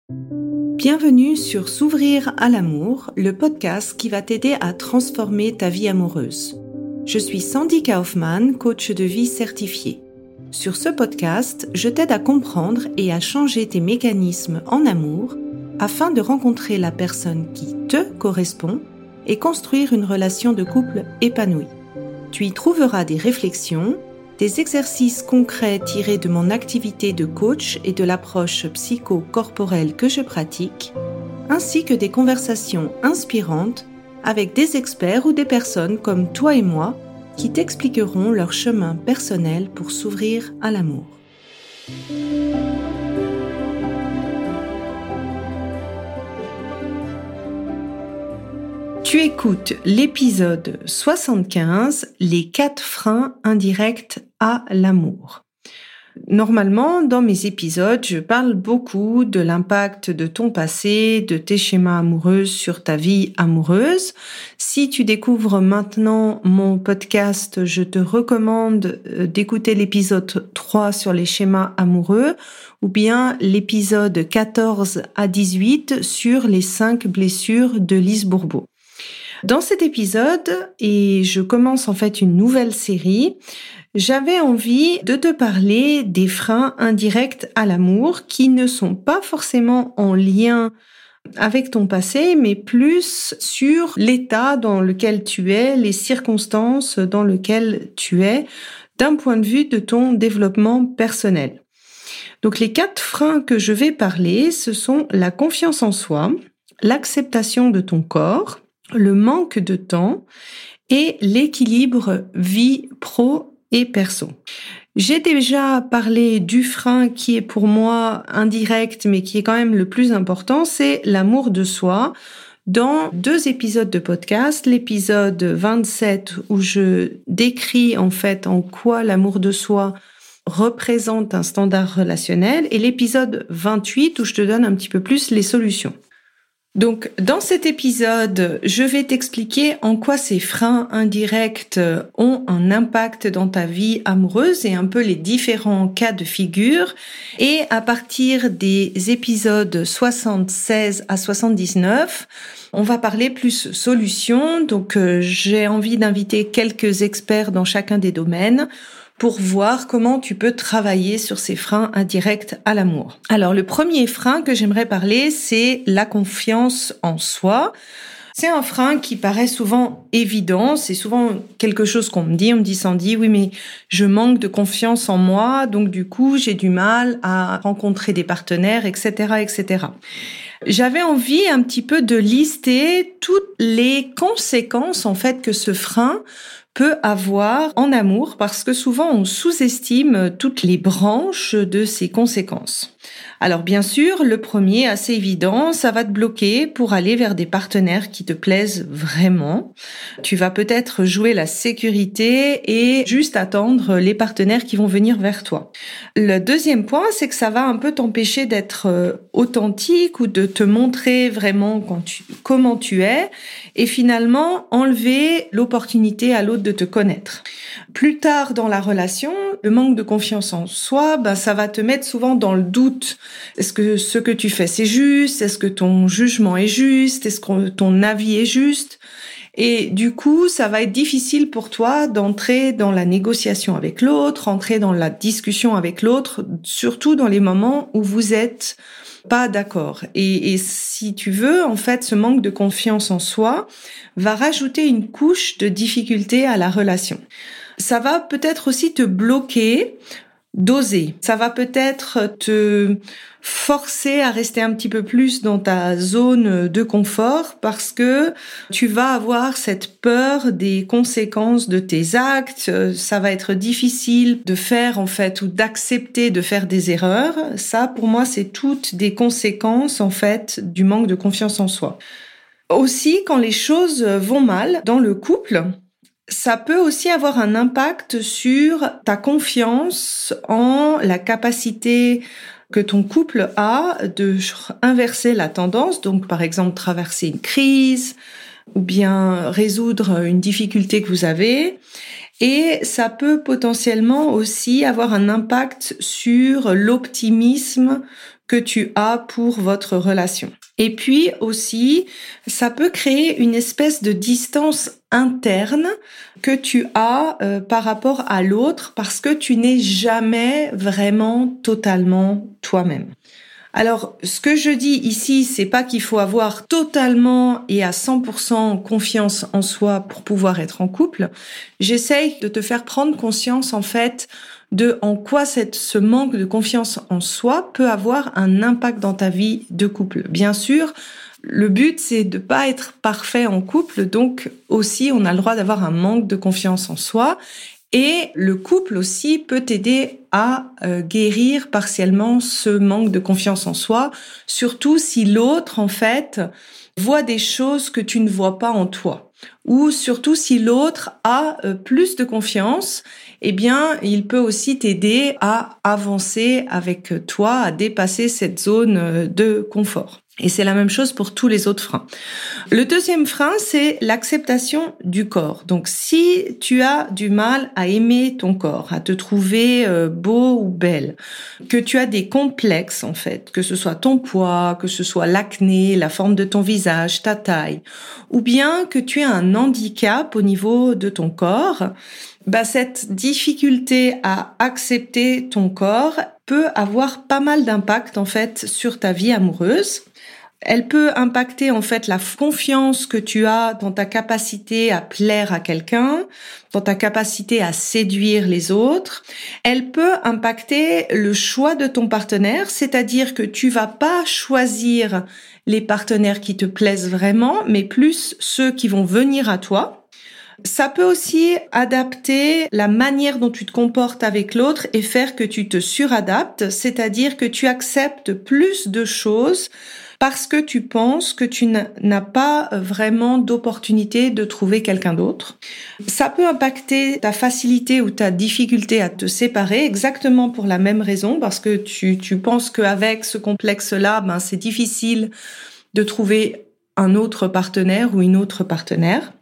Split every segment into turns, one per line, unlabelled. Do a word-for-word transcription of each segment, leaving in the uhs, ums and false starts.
Bienvenue sur S'ouvrir à l'amour, le podcast qui va t'aider à transformer ta vie amoureuse. Je suis Sandy Kaufmann, coach de vie certifiée. Sur ce podcast, je t'aide à comprendre et à changer tes mécanismes en amour afin de rencontrer la personne qui te correspond et construire une relation de couple épanouie. Tu y trouveras des réflexions, des exercices concrets tirés de mon activité de coach et de l'approche psycho-corporelle que je pratique, ainsi que des conversations inspirantes avec des experts ou des personnes comme toi et moi qui t'expliqueront leur chemin personnel pour s'ouvrir à l'amour. Tu écoutes l'épisode soixante-quinze, les quatre freins indirects à l'amour. Normalement, dans mes épisodes, je parle beaucoup de l'impact de ton passé, de tes schémas amoureux sur ta vie amoureuse. Si tu découvres maintenant mon podcast, je te recommande d'écouter l'épisode trois sur les schémas amoureux ou bien l'épisode quatorze à dix-huit sur les cinq blessures de Lise Bourbeau. Dans cet épisode, et je commence en fait une nouvelle série, j'avais envie de te parler des freins indirects à l'amour qui ne sont pas forcément en lien avec ton passé, mais plus sur l'état dans lequel tu es, les circonstances dans lesquelles tu es, d'un point de vue de ton développement personnel. Donc les quatre freins que je vais parler, ce sont la confiance en soi, l'acceptation de ton corps, le manque de temps et l'équilibre vie pro et perso. J'ai déjà parlé du frein qui est pour moi indirect mais qui est quand même le plus important, c'est l'amour de soi. Dans deux épisodes de podcast, l'épisode vingt-sept où je décris en fait en quoi l'amour de soi représente un standard relationnel et l'épisode vingt-huit où je te donne un petit peu plus les solutions. Donc, dans cet épisode, je vais t'expliquer en quoi ces freins indirects ont un impact dans ta vie amoureuse et un peu les différents cas de figure. Et à partir des épisodes soixante-seize à soixante-dix-neuf, on va parler plus solutions. Donc, euh, j'ai envie d'inviter quelques experts dans chacun des domaines pour voir comment tu peux travailler sur ces freins indirects à l'amour. Alors, le premier frein que j'aimerais parler, c'est la confiance en soi. C'est un frein qui paraît souvent évident, c'est souvent quelque chose qu'on me dit, on me dit Sandy, oui mais je manque de confiance en moi, donc du coup j'ai du mal à rencontrer des partenaires, et cetera, et cetera. J'avais envie un petit peu de lister toutes les conséquences en fait que ce frein peut avoir en amour parce que souvent on sous-estime toutes les branches de ces conséquences. Alors bien sûr, le premier, assez évident, ça va te bloquer pour aller vers des partenaires qui te plaisent vraiment. Tu vas peut-être jouer la sécurité et juste attendre les partenaires qui vont venir vers toi. Le deuxième point, c'est que ça va un peu t'empêcher d'être authentique ou de te montrer vraiment quand tu, comment tu es et finalement enlever l'opportunité à l'autre de te connaître. Plus tard dans la relation, le manque de confiance en soi, ben ça va te mettre souvent dans le doute. Est-ce que ce que tu fais c'est juste? Est-ce que ton jugement est juste? Est-ce que ton avis est juste? Et du coup, ça va être difficile pour toi d'entrer dans la négociation avec l'autre, entrer dans la discussion avec l'autre, surtout dans les moments où vous êtes pas d'accord. Et, et si tu veux, en fait, ce manque de confiance en soi va rajouter une couche de difficulté à la relation. Ça va peut-être aussi te bloquer d'oser. Ça va peut-être te forcer à rester un petit peu plus dans ta zone de confort parce que tu vas avoir cette peur des conséquences de tes actes. Ça va être difficile de faire en fait ou d'accepter de faire des erreurs. Ça, pour moi, c'est toutes des conséquences en fait du manque de confiance en soi. Aussi, quand les choses vont mal dans le couple, ça peut aussi avoir un impact sur ta confiance en la capacité que ton couple a de inverser la tendance, donc par exemple traverser une crise ou bien résoudre une difficulté que vous avez. Et ça peut potentiellement aussi avoir un impact sur l'optimisme que tu as pour votre relation. Et puis aussi, ça peut créer une espèce de distance interne que tu as euh, par rapport à l'autre parce que tu n'es jamais vraiment totalement toi-même. Alors, ce que je dis ici, c'est pas qu'il faut avoir totalement et à cent pour cent confiance en soi pour pouvoir être en couple. J'essaye de te faire prendre conscience, en fait, de en quoi cette, ce manque de confiance en soi peut avoir un impact dans ta vie de couple. Bien sûr, le but, c'est de pas être parfait en couple, donc aussi, on a le droit d'avoir un manque de confiance en soi. Et le couple aussi peut t'aider à euh, guérir partiellement ce manque de confiance en soi, surtout si l'autre, en fait, voit des choses que tu ne vois pas en toi. Ou surtout si l'autre a euh, plus de confiance, eh bien, il peut aussi t'aider à avancer avec toi, à dépasser cette zone de confort. Et c'est la même chose pour tous les autres freins. Le deuxième frein, c'est l'acceptation du corps. Donc, si tu as du mal à aimer ton corps, à te trouver beau ou belle, que tu as des complexes, en fait, que ce soit ton poids, que ce soit l'acné, la forme de ton visage, ta taille, ou bien que tu as un handicap au niveau de ton corps, bah, cette difficulté à accepter ton corps peut avoir pas mal d'impact, en fait, sur ta vie amoureuse. Elle peut impacter en fait la confiance que tu as dans ta capacité à plaire à quelqu'un, dans ta capacité à séduire les autres. Elle peut impacter le choix de ton partenaire, c'est-à-dire que tu vas pas choisir les partenaires qui te plaisent vraiment, mais plus ceux qui vont venir à toi. Ça peut aussi adapter la manière dont tu te comportes avec l'autre et faire que tu te suradaptes, c'est-à-dire que tu acceptes plus de choses parce que tu penses que tu n'as pas vraiment d'opportunité de trouver quelqu'un d'autre. Ça peut impacter ta facilité ou ta difficulté à te séparer, exactement pour la même raison, parce que tu, tu penses qu'avec ce complexe-là, ben, c'est difficile de trouver un autre partenaire ou une autre partenaire.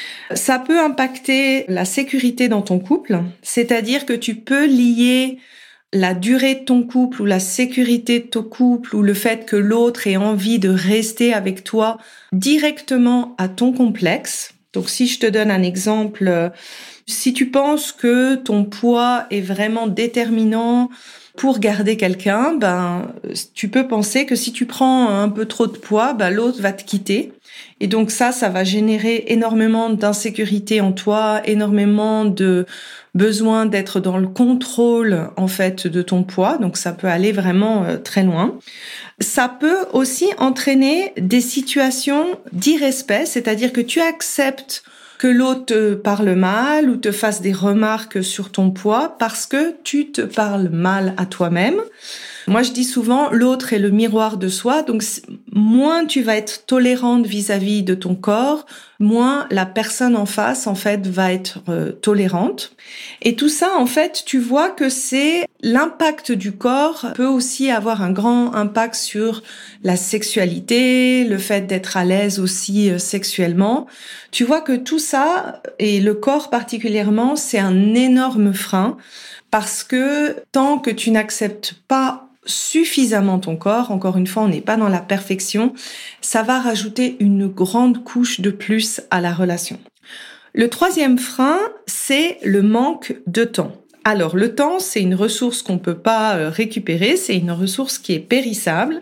Ça peut impacter la sécurité dans ton couple, c'est-à-dire que tu peux lier la durée de ton couple ou la sécurité de ton couple ou le fait que l'autre ait envie de rester avec toi directement à ton complexe. Donc si je te donne un exemple, si tu penses que ton poids est vraiment déterminant pour garder quelqu'un, ben tu peux penser que si tu prends un peu trop de poids, ben l'autre va te quitter. Et donc ça, ça va générer énormément d'insécurité en toi, énormément de besoin d'être dans le contrôle en fait de ton poids. Donc ça peut aller vraiment euh, très loin. Ça peut aussi entraîner des situations d'irrespect, c'est-à-dire que tu acceptes que l'autre te parle mal ou te fasse des remarques sur ton poids parce que tu te parles mal à toi-même. Moi, je dis souvent, l'autre est le miroir de soi, donc moins tu vas être tolérante vis-à-vis de ton corps, moins la personne en face, en fait, va être euh, tolérante. Et tout ça, en fait, tu vois que c'est l'impact du corps peut aussi avoir un grand impact sur la sexualité, le fait d'être à l'aise aussi euh, sexuellement. Tu vois que tout ça, et le corps particulièrement, c'est un énorme frein parce que tant que tu n'acceptes pas suffisamment ton corps, encore une fois, on n'est pas dans la perfection, ça va rajouter une grande couche de plus à la relation. Le troisième frein, c'est le manque de temps. Alors, le temps, c'est une ressource qu'on peut pas récupérer, c'est une ressource qui est périssable.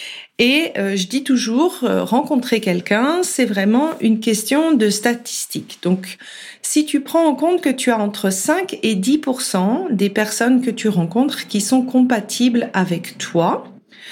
Et euh, je dis toujours, euh, rencontrer quelqu'un, c'est vraiment une question de statistiques. Donc, si tu prends en compte que tu as entre cinq et dix pour cent des personnes que tu rencontres qui sont compatibles avec toi,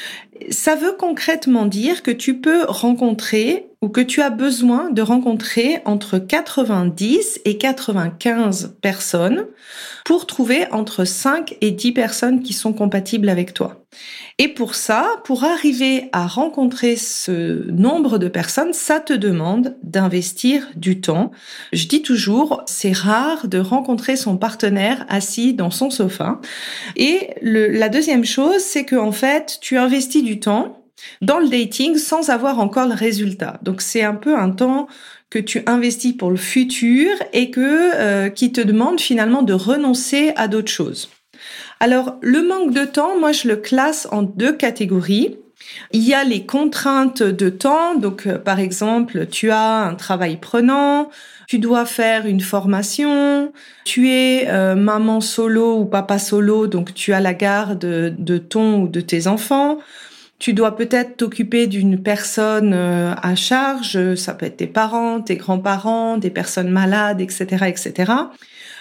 ça veut concrètement dire que tu peux rencontrer ou que tu as besoin de rencontrer entre quatre-vingt-dix et quatre-vingt-quinze personnes pour trouver entre cinq et dix personnes qui sont compatibles avec toi. Et pour ça, pour arriver à rencontrer ce nombre de personnes, ça te demande d'investir du temps. Je dis toujours, c'est rare de rencontrer son partenaire assis dans son sofa. Et le, la deuxième chose, c'est que en fait, tu investis du temps dans le dating sans avoir encore le résultat. Donc c'est un peu un temps que tu investis pour le futur et que euh, qui te demande finalement de renoncer à d'autres choses. Alors, le manque de temps, moi, je le classe en deux catégories. Il y a les contraintes de temps. Donc, euh, par exemple, tu as un travail prenant, tu dois faire une formation, tu es euh, maman solo ou papa solo, donc tu as la garde de, de ton ou de tes enfants. Tu dois peut-être t'occuper d'une personne euh, à charge. Ça peut être tes parents, tes grands-parents, des personnes malades, et cetera, et cetera.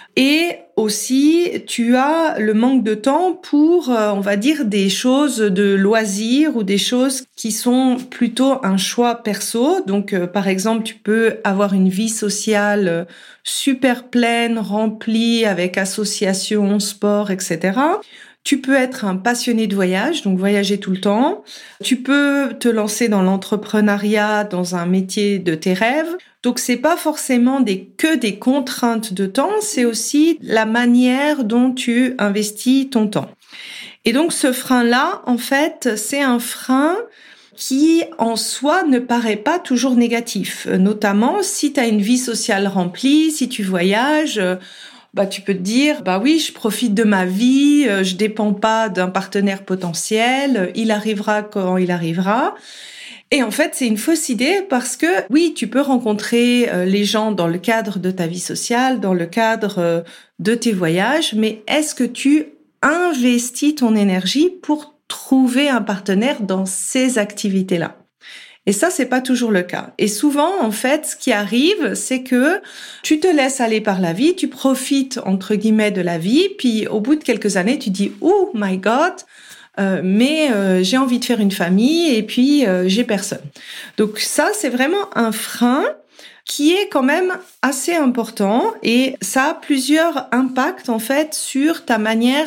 Et aussi, tu as le manque de temps pour, euh, on va dire, des choses de loisirs ou des choses qui sont plutôt un choix perso. Donc, euh, par exemple, tu peux avoir une vie sociale super pleine, remplie, avec associations, sport, et cetera. Tu peux être un passionné de voyage, donc voyager tout le temps. Tu peux te lancer dans l'entrepreneuriat, dans un métier de tes rêves. Donc, c'est pas forcément des, que des contraintes de temps, c'est aussi la manière dont tu investis ton temps. Et donc, ce frein-là, en fait, c'est un frein qui, en soi, ne paraît pas toujours négatif. Notamment, si tu as une vie sociale remplie, si tu voyages, bah, tu peux te dire, bah oui, je profite de ma vie, je dépends pas d'un partenaire potentiel, il arrivera quand il arrivera. Et en fait, c'est une fausse idée parce que oui, tu peux rencontrer les gens dans le cadre de ta vie sociale, dans le cadre de tes voyages, mais est-ce que tu investis ton énergie pour trouver un partenaire dans ces activités-là? Et ça, c'est pas toujours le cas. Et souvent, en fait, ce qui arrive, c'est que tu te laisses aller par la vie, tu profites, entre guillemets, de la vie, puis au bout de quelques années, tu dis « Oh my God !» Euh, mais euh, j'ai envie de faire une famille et puis euh, j'ai personne. Donc ça, c'est vraiment un frein qui est quand même assez important et ça a plusieurs impacts en fait sur ta manière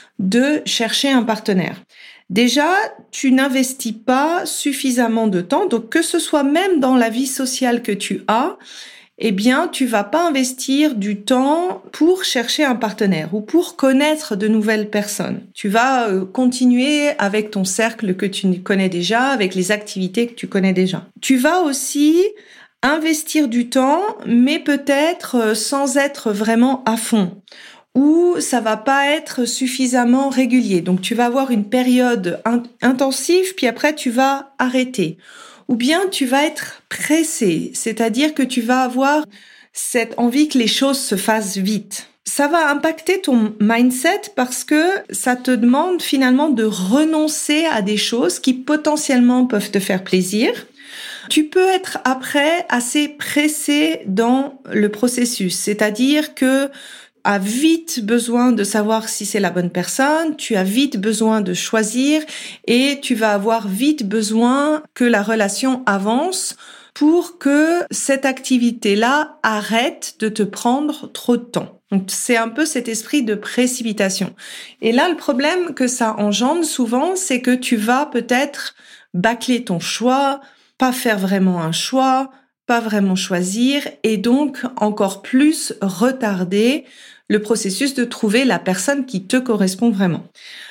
de chercher un partenaire. Déjà, tu n'investis pas suffisamment de temps, donc que ce soit même dans la vie sociale que tu as, eh bien, tu vas pas investir du temps pour chercher un partenaire ou pour connaître de nouvelles personnes. Tu vas continuer avec ton cercle que tu connais déjà, avec les activités que tu connais déjà. Tu vas aussi investir du temps, mais peut-être sans être vraiment à fond, ou ça va pas être suffisamment régulier. Donc, tu vas avoir une période in- intensive, puis après, tu vas arrêter. Ou bien tu vas être pressé, c'est-à-dire que tu vas avoir cette envie que les choses se fassent vite. Ça va impacter ton mindset parce que ça te demande finalement de renoncer à des choses qui potentiellement peuvent te faire plaisir. Tu peux être après assez pressé dans le processus, c'est-à-dire que as vite besoin de savoir si c'est la bonne personne, tu as vite besoin de choisir et tu vas avoir vite besoin que la relation avance pour que cette activité-là arrête de te prendre trop de temps. Donc, c'est un peu cet esprit de précipitation. Et là, le problème que ça engendre souvent, c'est que tu vas peut-être bâcler ton choix, pas faire vraiment un choix, pas vraiment choisir et donc encore plus retarder le processus de trouver la personne qui te correspond vraiment.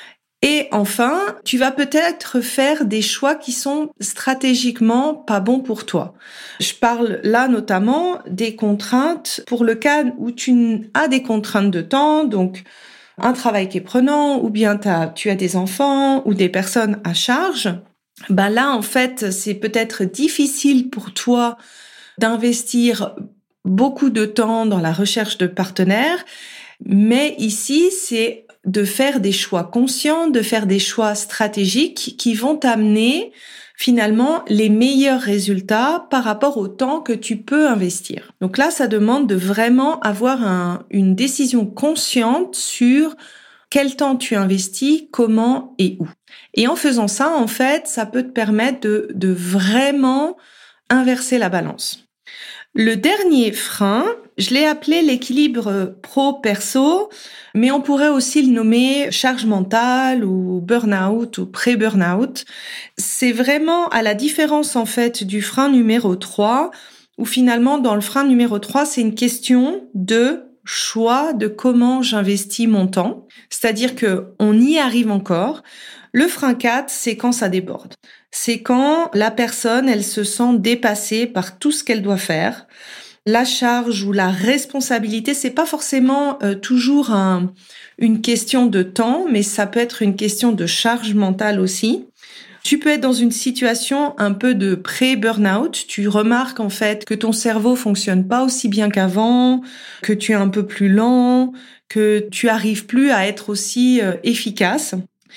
Et enfin, tu vas peut-être faire des choix qui sont stratégiquement pas bons pour toi. Je parle là notamment des contraintes pour le cas où tu as des contraintes de temps, donc un travail qui est prenant, ou bien t'as, tu as des enfants ou des personnes à charge. Ben là, en fait, c'est peut-être difficile pour toi d'investir beaucoup de temps dans la recherche de partenaires, mais ici, c'est de faire des choix conscients, de faire des choix stratégiques qui vont t'amener finalement les meilleurs résultats par rapport au temps que tu peux investir. Donc là, ça demande de vraiment avoir un, une décision consciente sur quel temps tu investis, comment et où. Et en faisant ça, en fait, ça peut te permettre de, de vraiment inverser la balance. Le dernier frein, je l'ai appelé l'équilibre pro-perso, mais on pourrait aussi le nommer charge mentale ou burn-out ou pré-burn-out. C'est vraiment à la différence en fait du frein numéro trois, où finalement dans le frein numéro trois, c'est une question de choix de comment j'investis mon temps. C'est-à-dire que on y arrive encore. Le frein quatre, c'est quand ça déborde. C'est quand la personne, elle se sent dépassée par tout ce qu'elle doit faire. la charge ou la responsabilité, c'est pas forcément euh, toujours un, une question de temps, mais ça peut être une question de charge mentale aussi. Tu peux être dans une situation un peu de pré-burnout. Tu remarques en fait que ton cerveau fonctionne pas aussi bien qu'avant, que tu es un peu plus lent, que tu arrives plus à être aussi euh, efficace.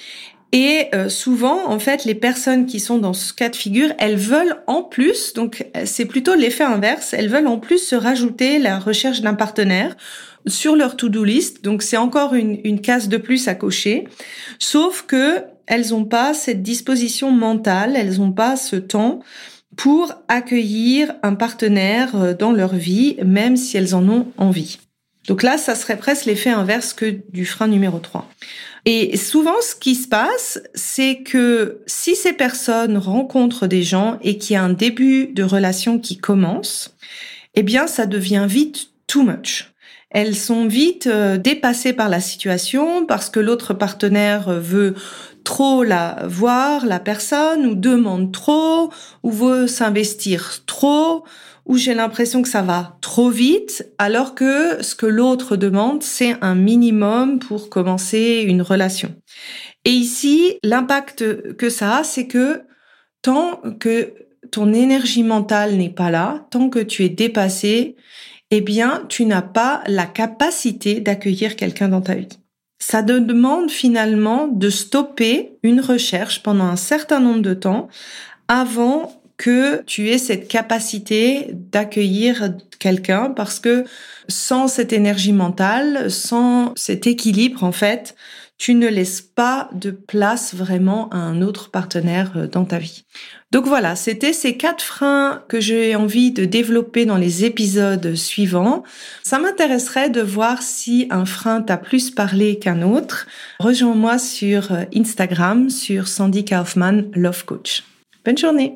Et euh, souvent, en fait, les personnes qui sont dans ce cas de figure, elles veulent en plus, donc c'est plutôt l'effet inverse, elles veulent en plus se rajouter la recherche d'un partenaire sur leur to-do list. Donc c'est encore une, une case de plus à cocher. Sauf que elles n'ont pas cette disposition mentale, elles n'ont pas ce temps pour accueillir un partenaire dans leur vie, même si elles en ont envie. Donc là, ça serait presque l'effet inverse que du frein numéro trois. Et souvent, ce qui se passe, c'est que si ces personnes rencontrent des gens et qu'il y a un début de relation qui commence, eh bien, ça devient vite too much. Elles sont vite euh, dépassées par la situation parce que l'autre partenaire veut trop la voir, la personne, ou demande trop, ou veut s'investir trop, ou j'ai l'impression que ça va trop vite, alors que ce que l'autre demande, c'est un minimum pour commencer une relation. Et ici, l'impact que ça a, c'est que tant que ton énergie mentale n'est pas là, tant que tu es dépassé, eh bien, tu n'as pas la capacité d'accueillir quelqu'un dans ta vie. Ça te demande finalement de stopper une recherche pendant un certain nombre de temps avant que tu aies cette capacité d'accueillir quelqu'un, parce que sans cette énergie mentale, sans cet équilibre, en fait, tu ne laisses pas de place vraiment à un autre partenaire dans ta vie. Donc voilà, c'était ces quatre freins que j'ai envie de développer dans les épisodes suivants. Ça m'intéresserait de voir si un frein t'a plus parlé qu'un autre. Rejoins-moi sur Instagram, sur Sandy Kaufman, Love Coach. Bonne journée!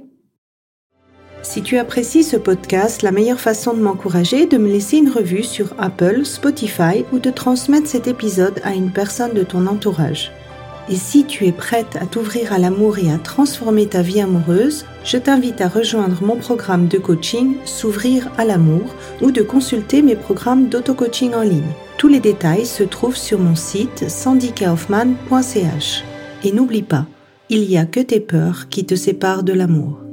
Si tu apprécies ce podcast, la meilleure façon de m'encourager est de me laisser une revue sur Apple, Spotify ou de transmettre cet épisode à une personne de ton entourage. Et si tu es prête à t'ouvrir à l'amour et à transformer ta vie amoureuse, je t'invite à rejoindre mon programme de coaching « S'ouvrir à l'amour » ou de consulter mes programmes d'auto-coaching en ligne. Tous les détails se trouvent sur mon site sandy kaufman point c h. Et n'oublie pas, il n'y a que tes peurs qui te séparent de l'amour.